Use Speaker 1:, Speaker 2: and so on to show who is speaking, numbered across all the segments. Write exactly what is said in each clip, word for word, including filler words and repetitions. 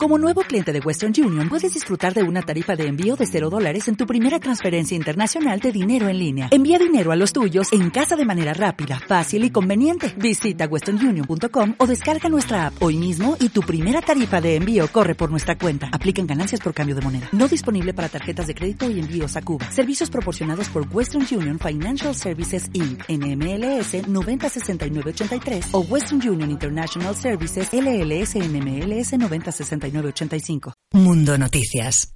Speaker 1: Como nuevo cliente de Western Union, puedes disfrutar de una tarifa de envío de cero dólares en tu primera transferencia internacional de dinero en línea. Envía dinero a los tuyos en casa de manera rápida, fácil y conveniente. Visita western union punto com o descarga nuestra app hoy mismo y tu primera tarifa de envío corre por nuestra cuenta. Aplican ganancias por cambio de moneda. No disponible para tarjetas de crédito y envíos a Cuba. Servicios proporcionados por Western Union Financial Services incorporated. N M L S noventa sesenta y nueve ochenta y tres o Western Union International Services L L S N M L S noventa sesenta y nueve ochenta y cinco.
Speaker 2: Mundo Noticias.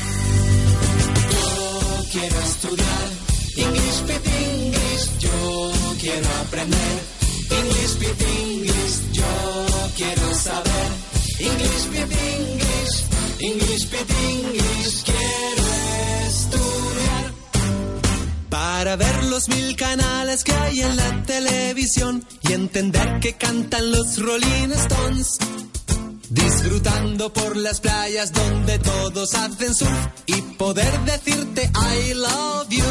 Speaker 3: Yo quiero estudiar English Pit English, yo quiero aprender English Pit English, yo quiero saber English Pit English, English Pit English, quiero estudiar. Para ver los mil canales que hay en la televisión y entender que cantan los Rolling Stones. Disfrutando por las playas donde todos hacen surf y poder decirte I love you.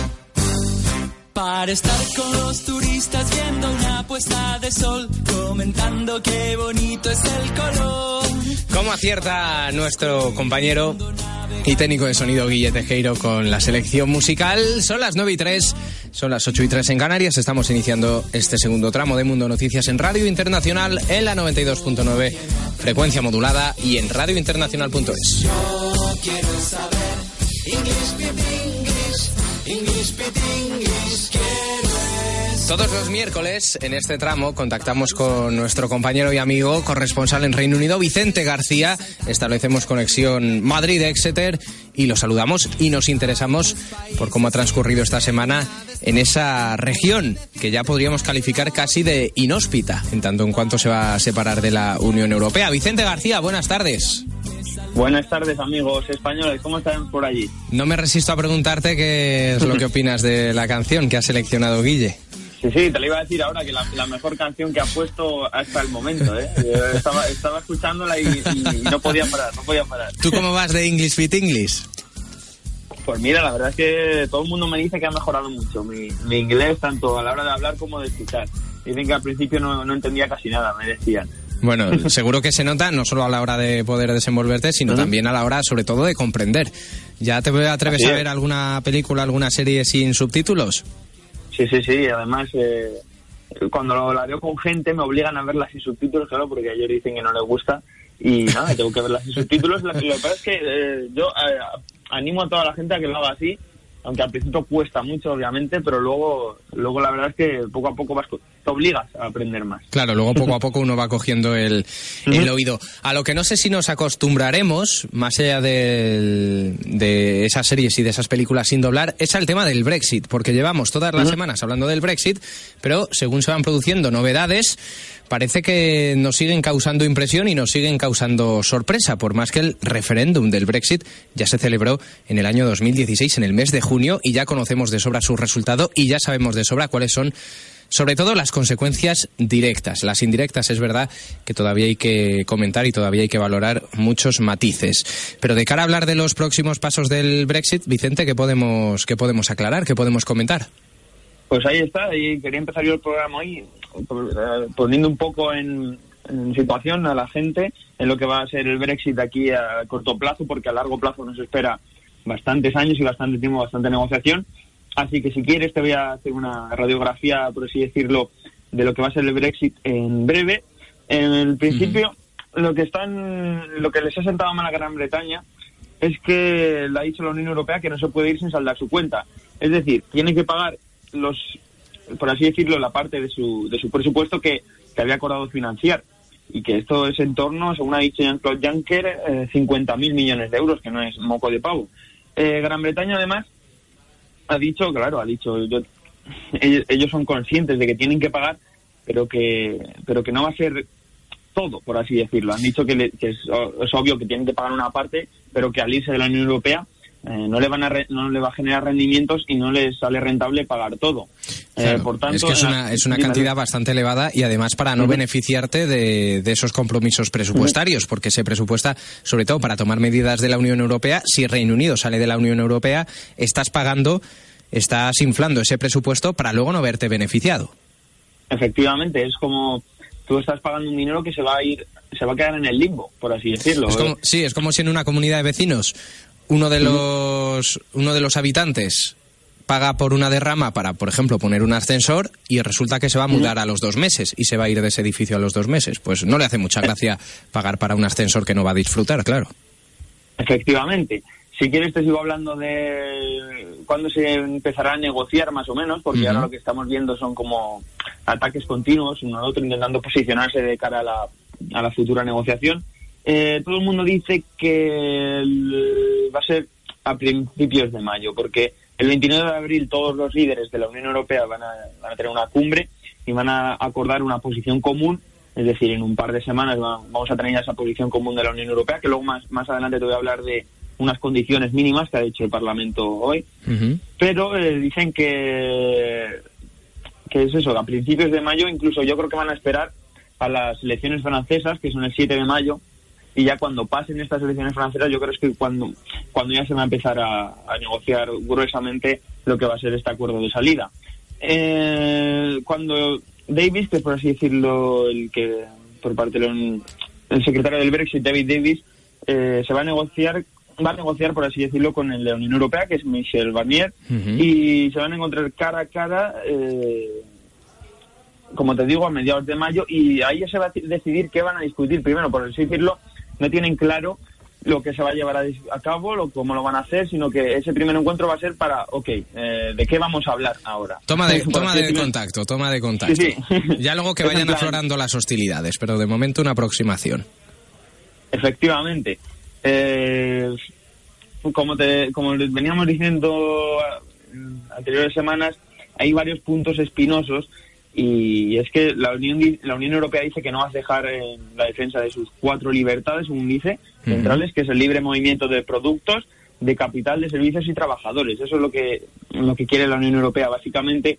Speaker 3: Para estar con los turistas viendo una puesta de sol, comentando qué bonito es el color.
Speaker 4: ¿Cómo acierta nuestro compañero y técnico de sonido Guille Tejero con la selección musical? Son las nueve y tres, son las ocho y tres en Canarias. Estamos iniciando este segundo tramo de Mundo Noticias en Radio Internacional, en la noventa y dos punto nueve, frecuencia modulada, y en radio internacional punto es.
Speaker 3: Yo quiero saber English Pit English, English Pit English, quiero es...
Speaker 4: Todos los miércoles en este tramo contactamos con nuestro compañero y amigo corresponsal en Reino Unido, Vicente García. Establecemos conexión Madrid-Exeter y lo saludamos y nos interesamos por cómo ha transcurrido esta semana en esa región que ya podríamos calificar casi de inhóspita, en tanto en cuanto se va a separar de la Unión Europea. Vicente García, buenas tardes.
Speaker 5: Buenas tardes, amigos españoles. ¿Cómo están por allí?
Speaker 4: No me resisto a preguntarte qué es lo que opinas de la canción que ha seleccionado Guille.
Speaker 5: Sí, sí, te lo iba a decir ahora, que la, la mejor canción que ha puesto hasta el momento, ¿eh? Yo estaba, estaba escuchándola y, y no podía parar, no podía parar.
Speaker 4: ¿Tú cómo vas de English Pit English?
Speaker 5: Pues mira, la verdad es que todo el mundo me dice que ha mejorado mucho mi, mi inglés, tanto a la hora de hablar como de escuchar. Dicen que al principio no, no entendía casi nada, me decían.
Speaker 4: Bueno, seguro que se nota no solo a la hora de poder desenvolverte, sino uh-huh. también a la hora, sobre todo, de comprender. ¿Ya te atreves a ver alguna película, alguna serie sin subtítulos?
Speaker 5: Sí, sí, sí. Además, eh, cuando la veo con gente me obligan a verla sin subtítulos, claro, porque ellos dicen que no les gusta. Y nada, tengo que verla sin subtítulos. Lo que pasa es que eh, yo eh, animo a toda la gente a que lo haga así, aunque al principio cuesta mucho, obviamente, pero luego luego la verdad es que poco a poco vas, te obligas a aprender más.
Speaker 4: Claro, luego poco a poco uno va cogiendo el, el oído. A lo que no sé si nos acostumbraremos, más allá de, de esas series y de esas películas sin doblar, es al tema del Brexit, porque llevamos todas las uh-huh. semanas hablando del Brexit, pero según se van produciendo novedades, parece que nos siguen causando impresión y nos siguen causando sorpresa, por más que el referéndum del Brexit ya se celebró en el año dos mil dieciséis, en el mes de junio, y ya conocemos de sobra su resultado y ya sabemos de sobra cuáles son, sobre todo, las consecuencias directas. Las indirectas es verdad que todavía hay que comentar y todavía hay que valorar muchos matices. Pero de cara a hablar de los próximos pasos del Brexit, Vicente, ¿qué podemos, qué podemos aclarar? ¿Qué podemos comentar?
Speaker 5: Pues ahí está, y quería empezar yo el programa hoy poniendo un poco en, en situación a la gente en lo que va a ser el Brexit aquí a corto plazo, porque a largo plazo nos espera bastantes años y bastante tiempo, bastante negociación. Así que si quieres te voy a hacer una radiografía, por así decirlo, de lo que va a ser el Brexit en breve. En el principio, uh-huh. lo que están, lo que les ha sentado mal a Gran Bretaña es que le ha dicho la Unión Europea que no se puede ir sin saldar su cuenta. Es decir, tiene que pagar los, por así decirlo, la parte de su de su presupuesto que, que había acordado financiar, y que esto es en torno, según ha dicho Jean-Claude Juncker, eh, cincuenta mil millones de euros, que no es moco de pavo. Eh, Gran Bretaña, además, ha dicho, claro, ha dicho, yo, ellos, ellos son conscientes de que tienen que pagar, pero que pero que no va a ser todo, por así decirlo. Han dicho que, le, que es, es obvio que tienen que pagar una parte, pero que al irse de la Unión Europea Eh, no le van a re, no le va a generar rendimientos y no les sale rentable pagar todo.
Speaker 4: Claro,
Speaker 5: eh, por tanto,
Speaker 4: es que es una, es una cantidad bastante elevada, y además para no uh-huh. beneficiarte de, de esos compromisos presupuestarios, uh-huh. porque se presupuesta sobre todo para tomar medidas de la Unión Europea. Si Reino Unido sale de la Unión Europea, estás pagando, estás inflando ese presupuesto para luego no verte beneficiado.
Speaker 5: Efectivamente, es como tú estás pagando un dinero que se va a ir se va a quedar en el limbo, por así decirlo.
Speaker 4: Es como, sí, es como si en una comunidad de vecinos uno de los, uno de los habitantes paga por una derrama para, por ejemplo, poner un ascensor y resulta que se va a mudar a los dos meses y se va a ir de ese edificio a los dos meses. Pues no le hace mucha gracia pagar para un ascensor que no va a disfrutar, claro.
Speaker 5: Efectivamente. Si quieres te sigo hablando de cuándo se empezará a negociar más o menos, porque uh-huh. ahora lo que estamos viendo son como ataques continuos, uno al otro intentando posicionarse de cara a la, a la futura negociación. Eh, todo el mundo dice que el, va a ser a principios de mayo, porque el veintinueve de abril todos los líderes de la Unión Europea van a, van a tener una cumbre y van a acordar una posición común, es decir, en un par de semanas vamos a tener ya esa posición común de la Unión Europea, que luego más, más adelante te voy a hablar de unas condiciones mínimas que ha hecho el Parlamento hoy, uh-huh. pero eh, dicen que, que es eso, a principios de mayo, incluso yo creo que van a esperar a las elecciones francesas, que son el siete de mayo, y ya cuando pasen estas elecciones francesas, yo creo que es cuando, cuando ya se va a empezar a, a negociar gruesamente lo que va a ser este acuerdo de salida. Eh, cuando Davis, que por así decirlo, el que por parte del el secretario del Brexit, David Davis, eh, se va a negociar va a negociar, por así decirlo, con el de la Unión Europea, que es Michel Barnier, uh-huh. y se van a encontrar cara a cara, eh, como te digo, a mediados de mayo, y ahí ya se va a decidir qué van a discutir. Primero, por así decirlo, no tienen claro lo que se va a llevar a, a cabo, lo, cómo lo van a hacer, sino que ese primer encuentro va a ser para, ok, eh, ¿de qué vamos a hablar ahora?
Speaker 4: Toma de, toma de contacto, toma de contacto.
Speaker 5: Sí, sí.
Speaker 4: Ya luego que vayan aflorando las hostilidades, pero de momento una aproximación.
Speaker 5: Efectivamente. Eh, como te como les veníamos diciendo en anteriores semanas, hay varios puntos espinosos, y es que la Unión la Unión Europea dice que no va a dejar en la defensa de sus cuatro libertades, un dice, uh-huh. centrales, que es el libre movimiento de productos, de capital, de servicios y trabajadores. Eso es lo que lo que quiere la Unión Europea. Básicamente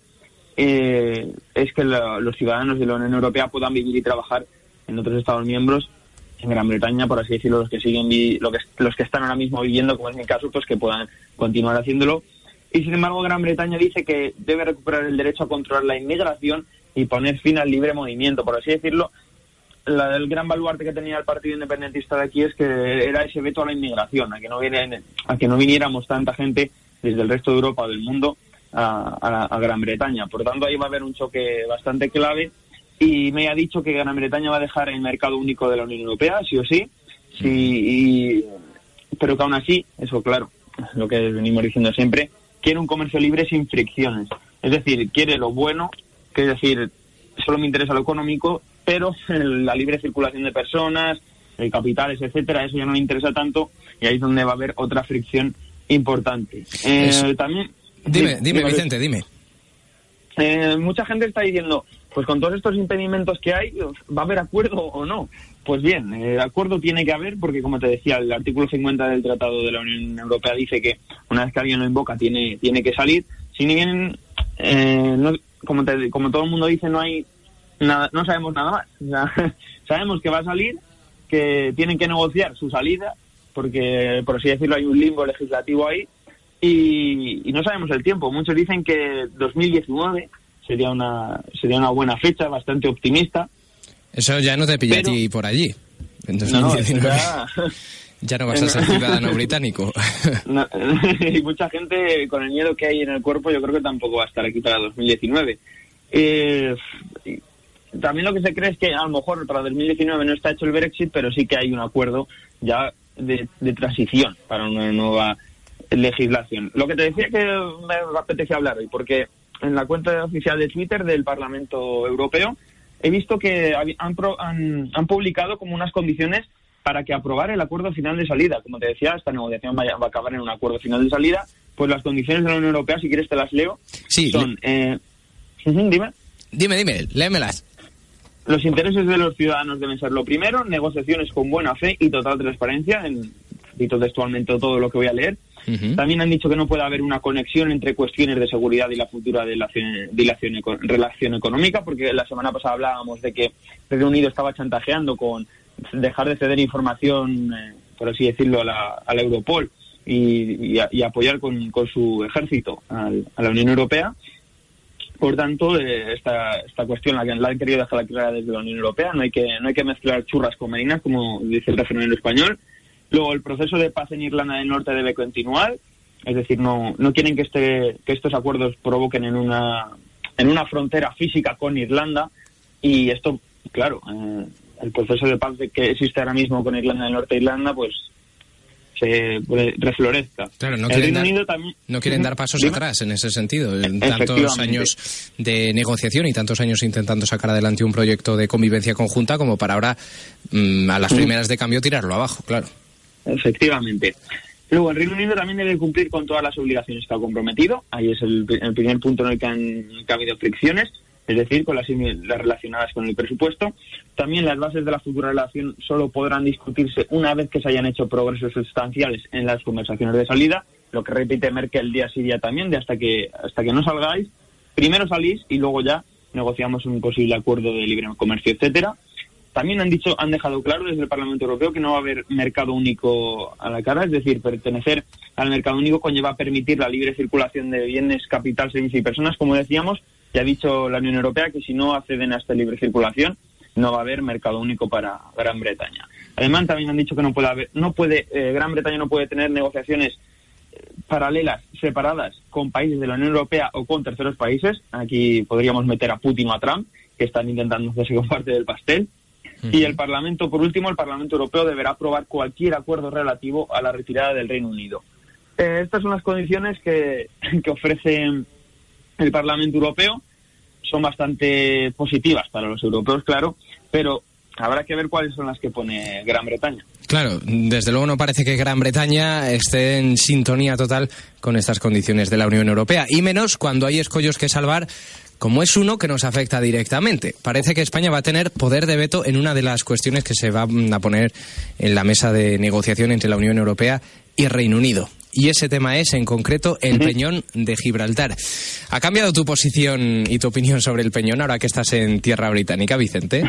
Speaker 5: eh, es que la, los ciudadanos de la Unión Europea puedan vivir y trabajar en otros Estados miembros, en Gran Bretaña, por así decirlo, los que siguen vi- lo que, los que están ahora mismo viviendo, como es mi caso, pues que puedan continuar haciéndolo. Y sin embargo, Gran Bretaña dice que debe recuperar el derecho a controlar la inmigración y poner fin al libre movimiento, por así decirlo. La, el gran baluarte que tenía el Partido Independentista de aquí es que era ese veto a la inmigración, a que no vienen, a que no viniéramos tanta gente desde el resto de Europa o del mundo a, a, a Gran Bretaña. Por tanto, ahí va a haber un choque bastante clave. Y me ha dicho que Gran Bretaña va a dejar el mercado único de la Unión Europea, sí o sí, sí y, pero que aún así, eso claro, lo que venimos diciendo siempre, quiere un comercio libre sin fricciones. Es decir, quiere lo bueno, que es decir, solo me interesa lo económico, pero la libre circulación de personas, de capitales, etcétera, eso ya no me interesa tanto, y ahí es donde va a haber otra fricción importante. Eh, también
Speaker 4: Dime, dime, dime Vicente, dime.
Speaker 5: Eh, mucha gente está diciendo, pues con todos estos impedimentos que hay, ¿va a haber acuerdo o no? Pues bien, el acuerdo tiene que haber, porque como te decía, el artículo cincuenta del Tratado de la Unión Europea dice que una vez que alguien lo invoca tiene tiene que salir. Si bien, eh, no, como, te, como todo el mundo dice, no hay nada, no sabemos nada más. O sea, sabemos que va a salir, que tienen que negociar su salida, porque por así decirlo hay un limbo legislativo ahí, y, y no sabemos el tiempo. Muchos dicen que dos mil diecinueve sería una sería una buena fecha, bastante optimista.
Speaker 4: Eso ya no te pilla pero... a ti por allí. En dos mil diecinueve no, ya... ya no vas a ser ciudadano británico.
Speaker 5: No, y mucha gente, con el miedo que hay en el cuerpo, yo creo que tampoco va a estar aquí para dos mil diecinueve. Eh, también lo que se cree es que a lo mejor para dos mil diecinueve no está hecho el Brexit, pero sí que hay un acuerdo ya de, de transición para una nueva legislación. Lo que te decía que me apetece hablar hoy, porque en la cuenta oficial de Twitter del Parlamento Europeo he visto que han, pro, han, han publicado como unas condiciones para que aprobar el acuerdo final de salida. Como te decía, esta negociación va a, va a acabar en un acuerdo final de salida. Pues las condiciones de la Unión Europea, si quieres te las leo,
Speaker 4: sí,
Speaker 5: son... Eh, dime.
Speaker 4: Dime, dime, léemelas.
Speaker 5: Los intereses de los ciudadanos deben ser lo primero, negociaciones con buena fe y total transparencia, en, cito textualmente todo lo que voy a leer. Uh-huh. También han dicho que no puede haber una conexión entre cuestiones de seguridad y la futura dilación, dilación, relación económica, porque la semana pasada hablábamos de que Reino Unido estaba chantajeando con dejar de ceder información, eh, por así decirlo, a la, a la Europol y, y, a, y apoyar con, con su ejército al, a la Unión Europea. Por tanto, eh, esta, esta cuestión la, la han querido dejar clara desde la Unión Europea. No hay que no hay que mezclar churras con merinas, como dice el refrán español. Luego, el proceso de paz en Irlanda del Norte debe continuar. Es decir, no no quieren que este que estos acuerdos provoquen en una en una frontera física con Irlanda. Y esto, claro, eh, el proceso de paz que existe ahora mismo con Irlanda del Norte e Irlanda, pues se reflorezca.
Speaker 4: Claro, no quieren, dar, también... no quieren dar pasos ¿Dime? atrás en ese sentido. Tantos años de negociación y tantos años intentando sacar adelante un proyecto de convivencia conjunta como para ahora, mmm, a las primeras de cambio, tirarlo abajo, claro.
Speaker 5: Efectivamente. Luego, el Reino Unido también debe cumplir con todas las obligaciones que ha comprometido. Ahí es el, el primer punto en el que han, que ha habido fricciones, es decir, con las, las relacionadas con el presupuesto. También las bases de la futura relación solo podrán discutirse una vez que se hayan hecho progresos sustanciales en las conversaciones de salida, lo que repite Merkel día sí día también, de hasta que hasta que no salgáis, primero salís y luego ya negociamos un posible acuerdo de libre comercio, etcétera. También han dicho, han dejado claro desde el Parlamento Europeo que no va a haber mercado único a la cara, es decir, pertenecer al mercado único conlleva permitir la libre circulación de bienes, capital, servicios y personas, como decíamos. Ya ha dicho la Unión Europea que si no acceden a esta libre circulación no va a haber mercado único para Gran Bretaña. Además, también han dicho que no puede haber, no puede, eh, Gran Bretaña no puede tener negociaciones eh, paralelas, separadas, con países de la Unión Europea o con terceros países. Aquí podríamos meter a Putin o a Trump, que están intentando hacerse con parte del pastel. Uh-huh. Y el Parlamento, por último, el Parlamento Europeo deberá aprobar cualquier acuerdo relativo a la retirada del Reino Unido. Eh, estas son las condiciones que, que ofrece el Parlamento Europeo. Son bastante positivas para los europeos, claro, pero habrá que ver cuáles son las que pone Gran Bretaña.
Speaker 4: Claro, desde luego no parece que Gran Bretaña esté en sintonía total con estas condiciones de la Unión Europea, y menos cuando hay escollos que salvar, como es uno que nos afecta directamente. Parece que España va a tener poder de veto en una de las cuestiones que se van a poner en la mesa de negociación entre la Unión Europea y Reino Unido. Y ese tema es, en concreto, el uh-huh. Peñón de Gibraltar. ¿Ha cambiado tu posición y tu opinión sobre el Peñón ahora que estás en tierra británica, Vicente?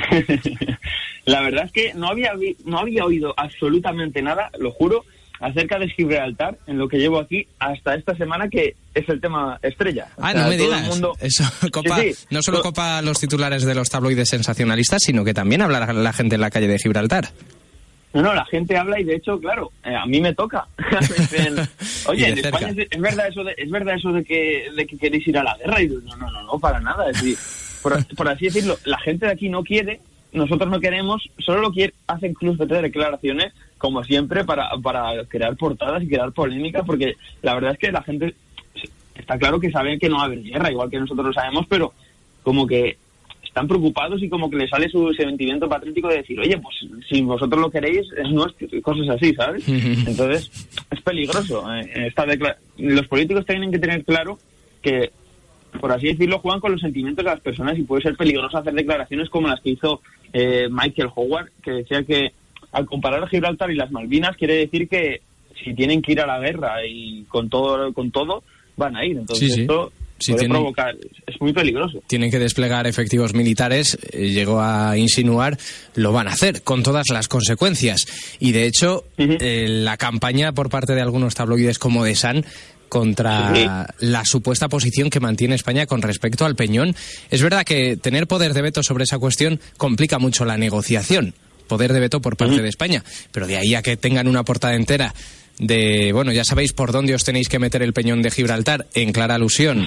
Speaker 5: La verdad es que no había, no había oído absolutamente nada, lo juro, acerca de Gibraltar en lo que llevo aquí hasta esta semana, que es el tema estrella.
Speaker 4: Ah, o sea, no me digas. Mundo... Eso copa, sí, sí. No solo Pero... copa los titulares de los tabloides sensacionalistas, sino que también habla la gente en la calle de Gibraltar.
Speaker 5: No, no, la gente habla y de hecho, claro, eh, a mí me toca. Dicen, oye, en España es, es verdad eso de es verdad eso de que de que queréis ir a la guerra, y yo, no, no, no, no, para nada. Es decir, por, por así decirlo, la gente de aquí no quiere, nosotros no queremos, solo lo quiere, hacen clubs de declaraciones, como siempre, para para crear portadas y crear polémicas, porque la verdad es que la gente está claro que sabe que no va a haber guerra, igual que nosotros lo sabemos, pero como que están preocupados y como que les sale su sentimiento patriótico de decir, oye, pues si vosotros lo queréis, es nuestro, cosas así, ¿sabes? Entonces, es peligroso. Eh, esta decla- los políticos tienen que tener claro que, por así decirlo, juegan con los sentimientos de las personas, y puede ser peligroso hacer declaraciones como las que hizo eh, Michael Howard, que decía que al comparar a Gibraltar y las Malvinas, quiere decir que si tienen que ir a la guerra y con todo, con todo van a ir. Entonces, sí, sí. esto... Si puede tienen, provocar, es muy peligroso.
Speaker 4: Tienen que desplegar efectivos militares, eh, llegó a insinuar, lo van a hacer, con todas las consecuencias. Y de hecho, uh-huh. eh, la campaña por parte de algunos tabloides como The Sun contra sí. la supuesta posición que mantiene España con respecto al Peñón. Es verdad que tener poder de veto sobre esa cuestión complica mucho la negociación, poder de veto por parte uh-huh. de España, pero de ahí a que tengan una portada entera de, bueno, ya sabéis por dónde os tenéis que meter el Peñón de Gibraltar, en clara alusión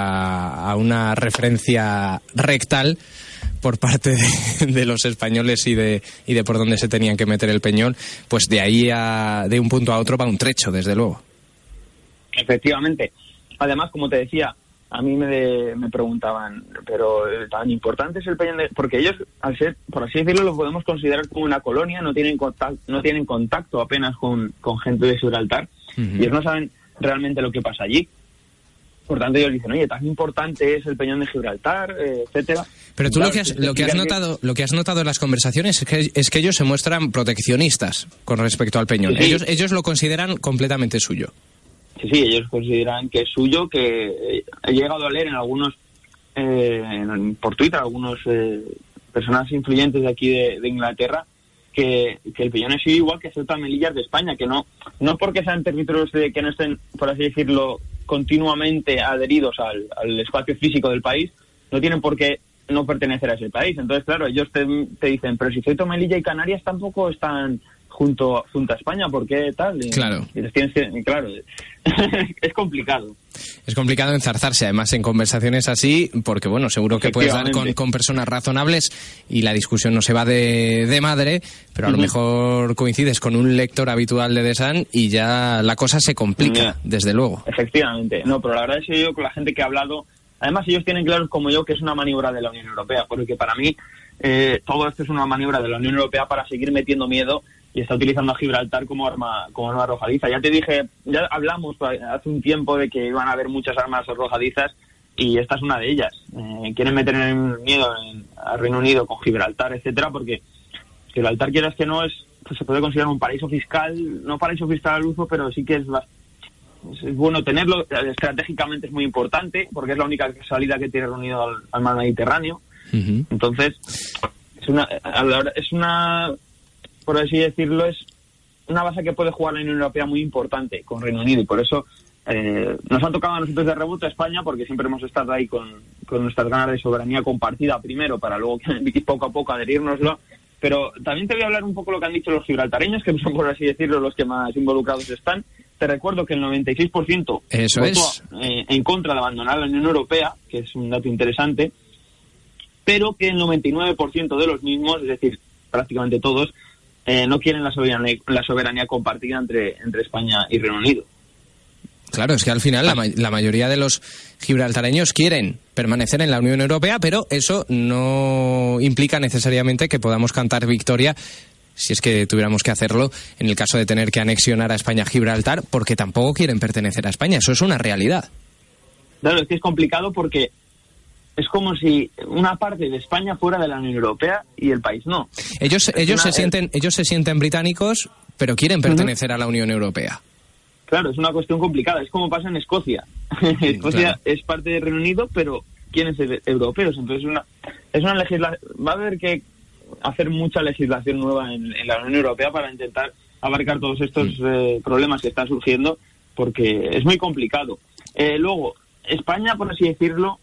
Speaker 4: a, a una referencia rectal por parte de, de los españoles y de y de por dónde se tenían que meter el Peñón, pues de ahí a, de un punto a otro va un trecho, desde luego.
Speaker 5: Efectivamente. Además, como te decía, a mí me, de, me preguntaban, pero tan importante es el Peñón de... Porque ellos, al ser, por así decirlo, lo podemos considerar como una colonia, no tienen contacto, no tienen contacto apenas con, con gente de Gibraltar, uh-huh. y ellos no saben realmente lo que pasa allí. Por tanto, ellos dicen, oye, tan importante es el Peñón de Gibraltar, eh, etcétera.
Speaker 4: Pero tú claro, lo que has, lo que has notado, lo que has notado en las conversaciones es que, es que ellos se muestran proteccionistas con respecto al Peñón. Sí, sí. Ellos, ellos lo consideran completamente suyo.
Speaker 5: Sí, sí, ellos consideran que es suyo, que he llegado a leer en algunos, eh, en, por Twitter, algunos eh, personas influyentes de aquí de, de Inglaterra, que, que el Peñón es suyo igual que Ceuta y Melilla de España, que no no porque sean territorios de, que no estén, por así decirlo, continuamente adheridos al, al espacio físico del país, no tienen por qué no pertenecer a ese país. Entonces, claro, ellos te, te dicen, pero si Ceuta, Melilla y Canarias tampoco están junto, junto a España, ¿por qué tal? Y,
Speaker 4: claro.
Speaker 5: Y les tienes que, claro, es complicado.
Speaker 4: Es complicado enzarzarse, además, en conversaciones así, porque, bueno, seguro que puedes dar con, con personas razonables y la discusión no se va de, de madre, pero a uh-huh. lo mejor coincides con un lector habitual de The Sun y ya la cosa se complica, yeah. desde luego.
Speaker 5: Efectivamente. No, pero la verdad es que yo con la gente que he hablado, además ellos tienen claro como yo que es una maniobra de la Unión Europea, porque para mí eh, todo esto es una maniobra de la Unión Europea para seguir metiendo miedo y está utilizando a Gibraltar como arma como arma arrojadiza. Ya te dije, ya hablamos hace un tiempo de que iban a haber muchas armas arrojadizas y esta es una de ellas. Eh, quieren meter en miedo en, a Reino Unido con Gibraltar, etcétera, porque Gibraltar, quieras que no, es pues se puede considerar un paraíso fiscal, no paraíso fiscal al uso, pero sí que es bastante, es bueno tenerlo, estratégicamente es muy importante, porque es la única salida que tiene Reino Unido al, al mar Mediterráneo. Uh-huh. Entonces, es una, es una, por así decirlo, es una base que puede jugar la Unión Europea muy importante con Reino Unido, y por eso eh, nos han tocado a nosotros de rebote a España, porque siempre hemos estado ahí con, con nuestras ganas de soberanía compartida primero, para luego poco a poco adherírnoslo. Pero también te voy a hablar un poco lo que han dicho los gibraltareños, que son, por así decirlo, los que más involucrados están. Te recuerdo que el noventa y seis por ciento
Speaker 4: Eso
Speaker 5: votó
Speaker 4: es.
Speaker 5: eh, en contra de abandonar la Unión Europea, que es un dato interesante, pero que el noventa y nueve por ciento de los mismos, es decir, prácticamente todos, eh, no quieren la soberanía, la soberanía compartida entre, entre España y Reino Unido.
Speaker 4: Claro, es que al final la, ma- la mayoría de los gibraltareños quieren permanecer en la Unión Europea, pero eso no implica necesariamente que podamos cantar victoria, si es que tuviéramos que hacerlo, en el caso de tener que anexionar a España Gibraltar, porque tampoco quieren pertenecer a España. Eso es una realidad.
Speaker 5: Claro, es que es complicado porque es como si una parte de España fuera de la Unión Europea y el país no.
Speaker 4: Ellos, ellos,
Speaker 5: una,
Speaker 4: se, sienten, ellos se sienten británicos, pero quieren pertenecer uh-huh. a la Unión Europea.
Speaker 5: Claro, es una cuestión complicada. Es como pasa en Escocia. Escocia claro. es parte del Reino Unido, pero quieren ser europeos. Entonces, una, es una legislación. Va a haber que hacer mucha legislación nueva en, en la Unión Europea para intentar abarcar todos estos mm. eh, problemas que están surgiendo, porque es muy complicado. Eh, luego, España, por así decirlo,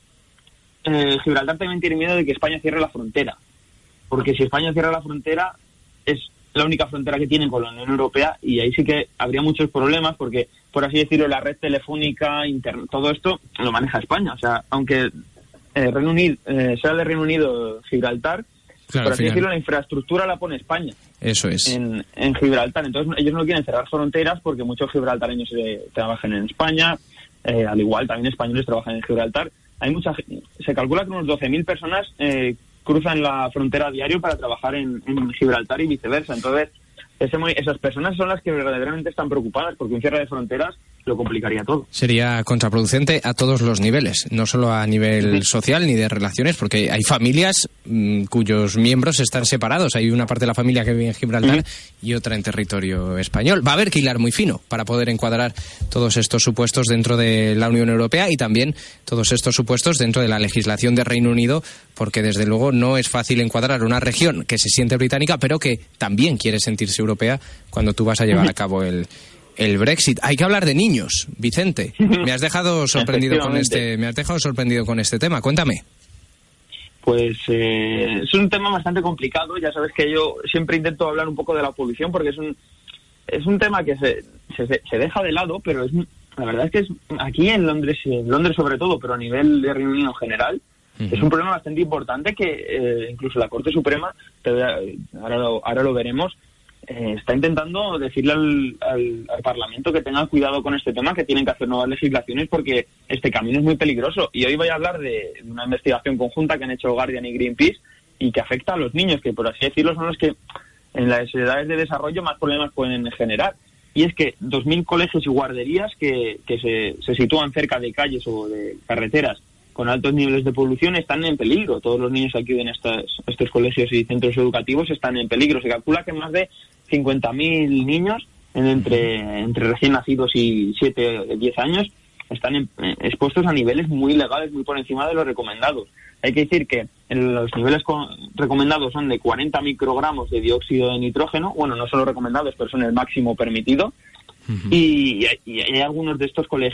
Speaker 5: eh, Gibraltar también tiene miedo de que España cierre la frontera. Porque si España cierra la frontera, es la única frontera que tienen con la Unión Europea, y ahí sí que habría muchos problemas porque, por así decirlo, la red telefónica, internet, todo esto lo maneja España. O sea, aunque eh, Reino Unido, eh, sea de Reino Unido Gibraltar, claro, por así decirlo, la infraestructura la pone España.
Speaker 4: Eso es.
Speaker 5: En, en Gibraltar. Entonces ellos no quieren cerrar fronteras porque muchos gibraltareños eh, trabajan en España, eh, al igual también españoles trabajan en Gibraltar. Hay mucha, se calcula que unos doce mil personas eh, cruzan la frontera a diario para trabajar en, en Gibraltar y viceversa. Entonces, ese, esas personas son las que verdaderamente están preocupadas, porque un cierre de fronteras lo complicaría todo.
Speaker 4: Sería contraproducente a todos los niveles, no solo a nivel sí. social ni de relaciones, porque hay familias mmm, cuyos miembros están separados. Hay una parte de la familia que vive en Gibraltar uh-huh. y otra en territorio español. Va a haber que hilar muy fino para poder encuadrar todos estos supuestos dentro de la Unión Europea y también todos estos supuestos dentro de la legislación de Reino Unido, porque desde luego no es fácil encuadrar una región que se siente británica pero que también quiere sentirse europea cuando tú vas a llevar uh-huh. a cabo el El Brexit. Hay que hablar de niños, Vicente. Me has dejado sorprendido con este, me has dejado sorprendido con este tema. Cuéntame.
Speaker 5: Pues eh, es un tema bastante complicado. Ya sabes que yo siempre intento hablar un poco de la polución porque es un es un tema que se, se, se deja de lado, pero es la verdad es que es aquí en Londres, en Londres sobre todo, pero a nivel de Reino Unido en general, uh-huh. es un problema bastante importante que eh, incluso la Corte Suprema, te voy a, ahora lo, ahora lo veremos, Eh, está intentando decirle al, al, al Parlamento que tengan cuidado con este tema, que tienen que hacer nuevas legislaciones porque este camino es muy peligroso. Y hoy voy a hablar de, de una investigación conjunta que han hecho Guardian y Greenpeace y que afecta a los niños, que por así decirlo son los que en las edades de desarrollo más problemas pueden generar. Y es que dos mil colegios y guarderías que, que se, se sitúan cerca de calles o de carreteras con altos niveles de polución están en peligro. Todos los niños que acuden a estos, estos colegios y centros educativos están en peligro. Se calcula que más de cincuenta mil niños en entre, entre recién nacidos y siete o diez años están en, eh, expuestos a niveles muy legales, muy por encima de los recomendados. Hay que decir que los niveles con, recomendados son de cuarenta microgramos de dióxido de nitrógeno. Bueno, no son los recomendados, pero son el máximo permitido. Uh-huh. Y, y, y hay algunos de estos colegios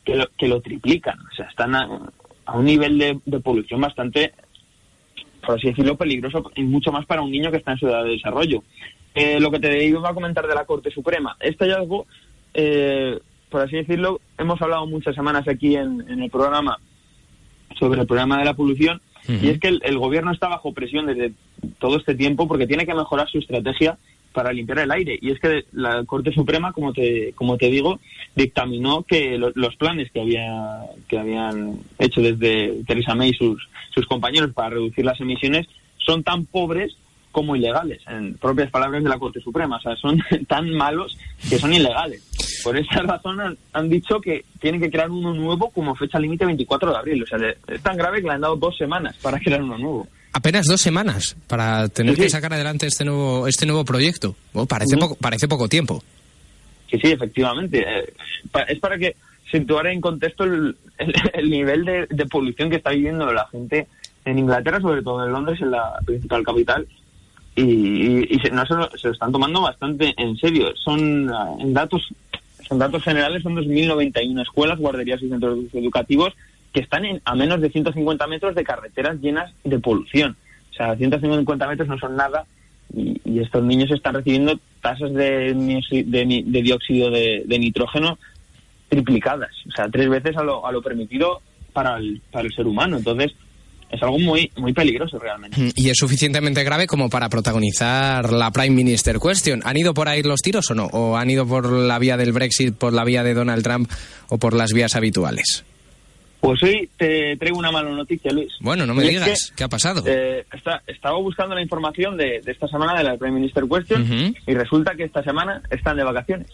Speaker 5: que lo, que lo triplican. O sea, están a, a un nivel de, de polución bastante, por así decirlo, peligroso, y mucho más para un niño que está en su edad de desarrollo. Eh, lo que te iba a comentar de la Corte Suprema, este hallazgo, eh, por así decirlo, hemos hablado muchas semanas aquí en, en el programa sobre el problema de la polución, uh-huh. y es que el, el gobierno está bajo presión desde todo este tiempo porque tiene que mejorar su estrategia para limpiar el aire, y es que la Corte Suprema, como te como te digo, dictaminó que lo, los planes que había que habían hecho desde Theresa May y sus, sus compañeros para reducir las emisiones son tan pobres como ilegales, en propias palabras de la Corte Suprema. O sea, son tan malos que son ilegales. Por esa razón han, han dicho que tienen que crear uno nuevo como fecha límite veinticuatro de abril. O sea, es tan grave que le han dado dos semanas para crear uno nuevo.
Speaker 4: Apenas dos semanas para tener
Speaker 5: sí, sí.
Speaker 4: que sacar adelante este nuevo este nuevo proyecto. Oh, parece, uh-huh. poco, parece poco tiempo.
Speaker 5: Sí, sí, efectivamente. Eh, es para que situar en contexto el, el, el nivel de, de polución que está viviendo la gente en Inglaterra, sobre todo en Londres, en la principal capital. Y, y, y se, no, se, lo, se lo están tomando bastante en serio. Son uh, en datos son datos generales, son dos mil noventa y una escuelas, guarderías y centros educativos que están en, a menos de ciento cincuenta metros de carreteras llenas de polución. O sea, ciento cincuenta metros no son nada, y, y estos niños están recibiendo tasas de, de, de dióxido de, de nitrógeno triplicadas. O sea, tres veces a lo, a lo permitido para el, para el ser humano. Entonces, es algo muy muy peligroso realmente.
Speaker 4: Y es suficientemente grave como para protagonizar la Prime Minister Question. ¿Han ido por ahí los tiros o no? ¿O han ido por la vía del Brexit, por la vía de Donald Trump o por las vías habituales?
Speaker 5: Pues hoy te traigo una mala noticia, Luis.
Speaker 4: Bueno, no me
Speaker 5: y
Speaker 4: digas,
Speaker 5: es que,
Speaker 4: ¿qué ha pasado?
Speaker 5: Eh, está, estaba buscando la información de, de esta semana de la Prime Minister Question, uh-huh. y resulta que esta semana están de vacaciones.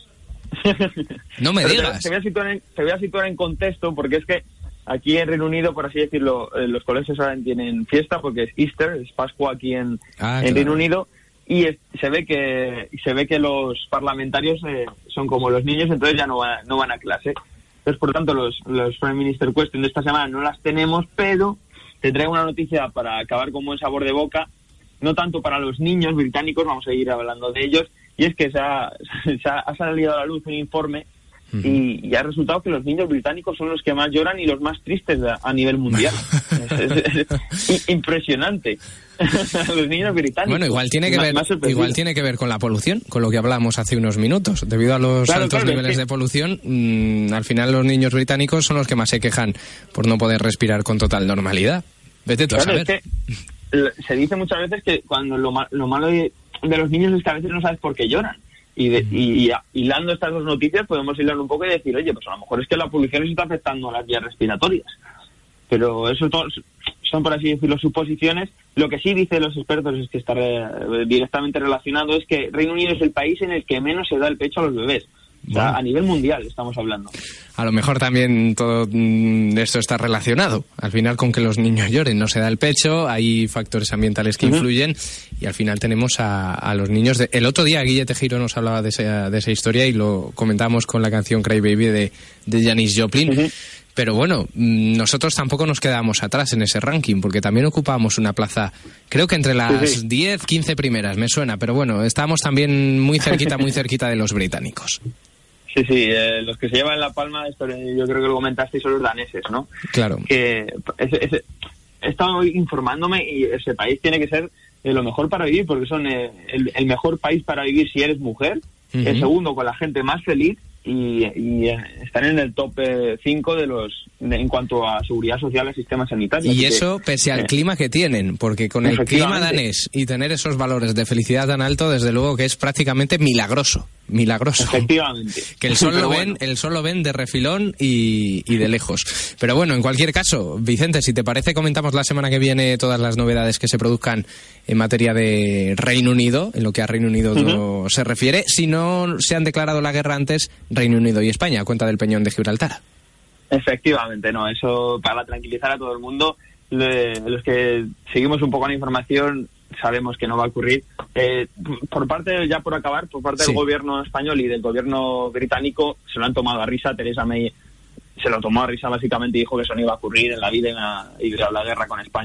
Speaker 4: No me
Speaker 5: Pero
Speaker 4: digas.
Speaker 5: Te, te, voy a situar en, te voy a situar en contexto, porque es que aquí en Reino Unido, por así decirlo, eh, los colegios ahora tienen fiesta porque es Easter, es Pascua aquí en,
Speaker 4: ah,
Speaker 5: en
Speaker 4: claro.
Speaker 5: Reino Unido, y es, se ve que se ve que los parlamentarios eh, son como los niños, entonces ya no, va, no van a clase. Entonces, por tanto, los, los Prime Minister Question de esta semana no las tenemos, pero te traigo una noticia para acabar con buen sabor de boca, no tanto para los niños británicos, vamos a ir hablando de ellos, y es que se ha, se ha, ha salido a la luz un informe y, y ha resultado que los niños británicos son los que más lloran y los más tristes a, a nivel mundial. es, es, es impresionante. Los niños británicos.
Speaker 4: Bueno, igual tiene que ver igual tiene que ver con la polución, con lo que hablábamos hace unos minutos. Debido a los claro, altos claro, niveles es que... de polución, mmm, al final los niños británicos son los que más se quejan por no poder respirar con total normalidad. Vete tú
Speaker 5: claro,
Speaker 4: a saber.
Speaker 5: Es que se dice muchas veces que cuando lo, lo malo de, de los niños es que a veces no sabes por qué lloran. Y, de, y, y hilando estas dos noticias podemos hilar un poco y decir, oye, pues a lo mejor es que la polución les está afectando a las vías respiratorias. Pero eso todo, son, por así decirlo, suposiciones. Lo que sí dicen los expertos es que está re, directamente relacionado, es que Reino Unido es el país en el que menos se da el pecho a los bebés. O sea, bueno, a nivel mundial estamos hablando.
Speaker 4: A lo mejor también todo esto está relacionado. Al final, con que los niños lloren, no se da el pecho, hay factores ambientales que uh-huh. influyen, y al final tenemos a, a los niños. De... El otro día Guille Tejero nos hablaba de esa, de esa historia y lo comentamos con la canción Cry Baby de, de Janis Joplin. Uh-huh. Pero bueno, nosotros tampoco nos quedamos atrás en ese ranking, porque también ocupábamos una plaza, creo que entre las sí, sí. diez, quince primeras, me suena, pero bueno, estábamos también muy cerquita, muy cerquita de los británicos.
Speaker 5: Sí, sí, eh, los que se llevan la palma, esto, yo creo que lo comentasteis, son los daneses, ¿no?
Speaker 4: Claro.
Speaker 5: Que ese, ese, he estado informándome y ese país tiene que ser eh, lo mejor para vivir, porque son eh, el, el mejor país para vivir si eres mujer, uh-huh. el segundo con la gente más feliz, y, y eh, están en el top cinco de los de, en cuanto a seguridad social y sistema sanitario.
Speaker 4: Y eso que, pese al eh, clima que tienen, porque con el clima danés y tener esos valores de felicidad tan alto, desde luego que es prácticamente milagroso. Milagroso.
Speaker 5: Efectivamente.
Speaker 4: Que el sol lo ven,
Speaker 5: bueno.
Speaker 4: el sol lo ven de refilón y, y de lejos. Pero bueno, en cualquier caso, Vicente, si te parece, comentamos la semana que viene todas las novedades que se produzcan en materia de Reino Unido, en lo que a Reino Unido uh-huh. se refiere. Si no se han declarado la guerra antes, Reino Unido y España, a cuenta del Peñón de Gibraltar.
Speaker 5: Efectivamente, no, eso para tranquilizar a todo el mundo. Le, los que seguimos un poco la información sabemos que no va a ocurrir. Eh, por parte, ya por acabar, por parte sí. del gobierno español y del gobierno británico, se lo han tomado a risa. Theresa May se lo tomó a risa básicamente y dijo que eso no iba a ocurrir en la vida y librado la guerra con España.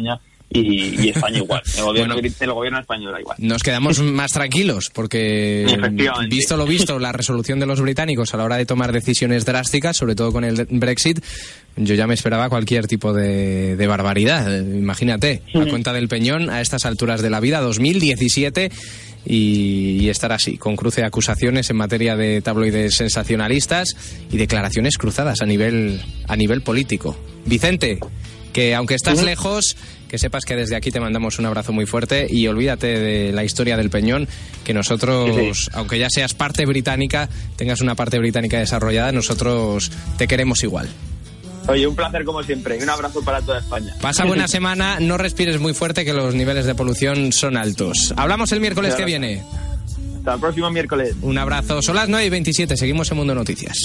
Speaker 5: y, y España igual. El gobierno, bueno, el gobierno español da igual.
Speaker 4: Nos quedamos más tranquilos porque, visto lo visto, la resolución de los británicos a la hora de tomar decisiones drásticas, sobre todo con el Brexit, yo ya me esperaba cualquier tipo de, de barbaridad. Imagínate, a uh-huh. cuenta del Peñón, a estas alturas de la vida, dos mil diecisiete, y, y estar así, con cruce de acusaciones en materia de tabloides sensacionalistas y declaraciones cruzadas a nivel, a nivel político. Vicente, que aunque estás uh-huh. lejos, que sepas que desde aquí te mandamos un abrazo muy fuerte y olvídate de la historia del Peñón, que nosotros, sí. aunque ya seas parte británica, tengas una parte británica desarrollada, nosotros te queremos igual.
Speaker 5: Oye, un placer como siempre y un abrazo para toda España.
Speaker 4: Pasa buena semana, no respires muy fuerte que los niveles de polución son altos. Hablamos el miércoles que viene.
Speaker 5: Hasta el próximo miércoles.
Speaker 4: Un abrazo. Son las nueve y veintisiete, seguimos en Mundo Noticias.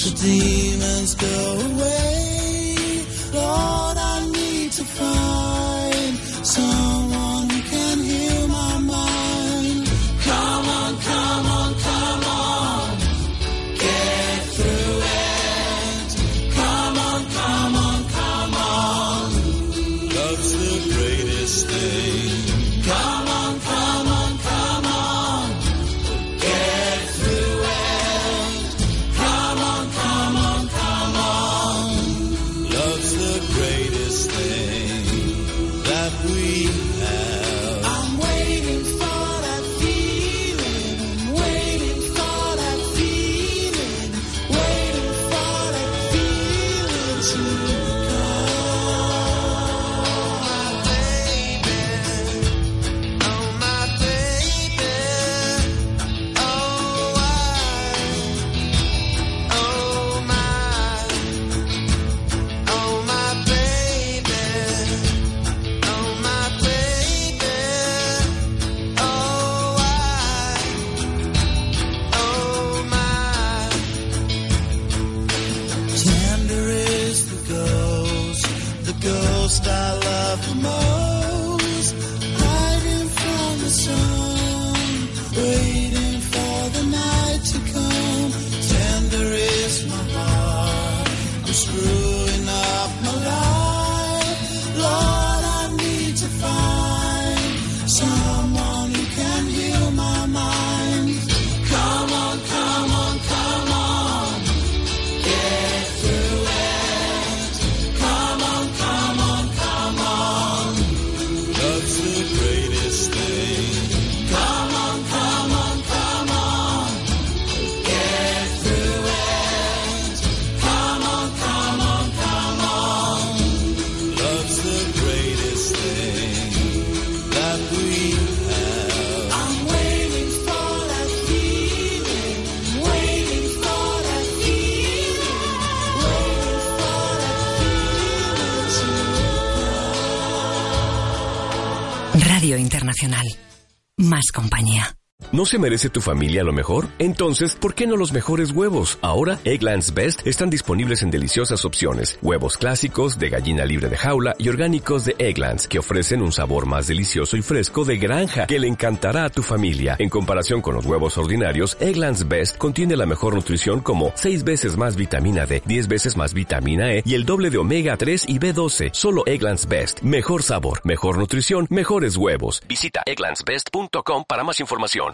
Speaker 2: Radio Internacional. Más compañía.
Speaker 6: ¿No se merece tu familia lo mejor? Entonces, ¿por qué no los mejores huevos? Ahora, Eggland's Best están disponibles en deliciosas opciones. Huevos clásicos, de gallina libre de jaula y orgánicos de Eggland's, que ofrecen un sabor más delicioso y fresco de granja que le encantará a tu familia. En comparación con los huevos ordinarios, Eggland's Best contiene la mejor nutrición como seis veces más vitamina D, diez veces más vitamina E y el doble de omega tres y B doce. Solo Eggland's Best. Mejor sabor, mejor nutrición, mejores huevos. Visita egglands best punto com para más información.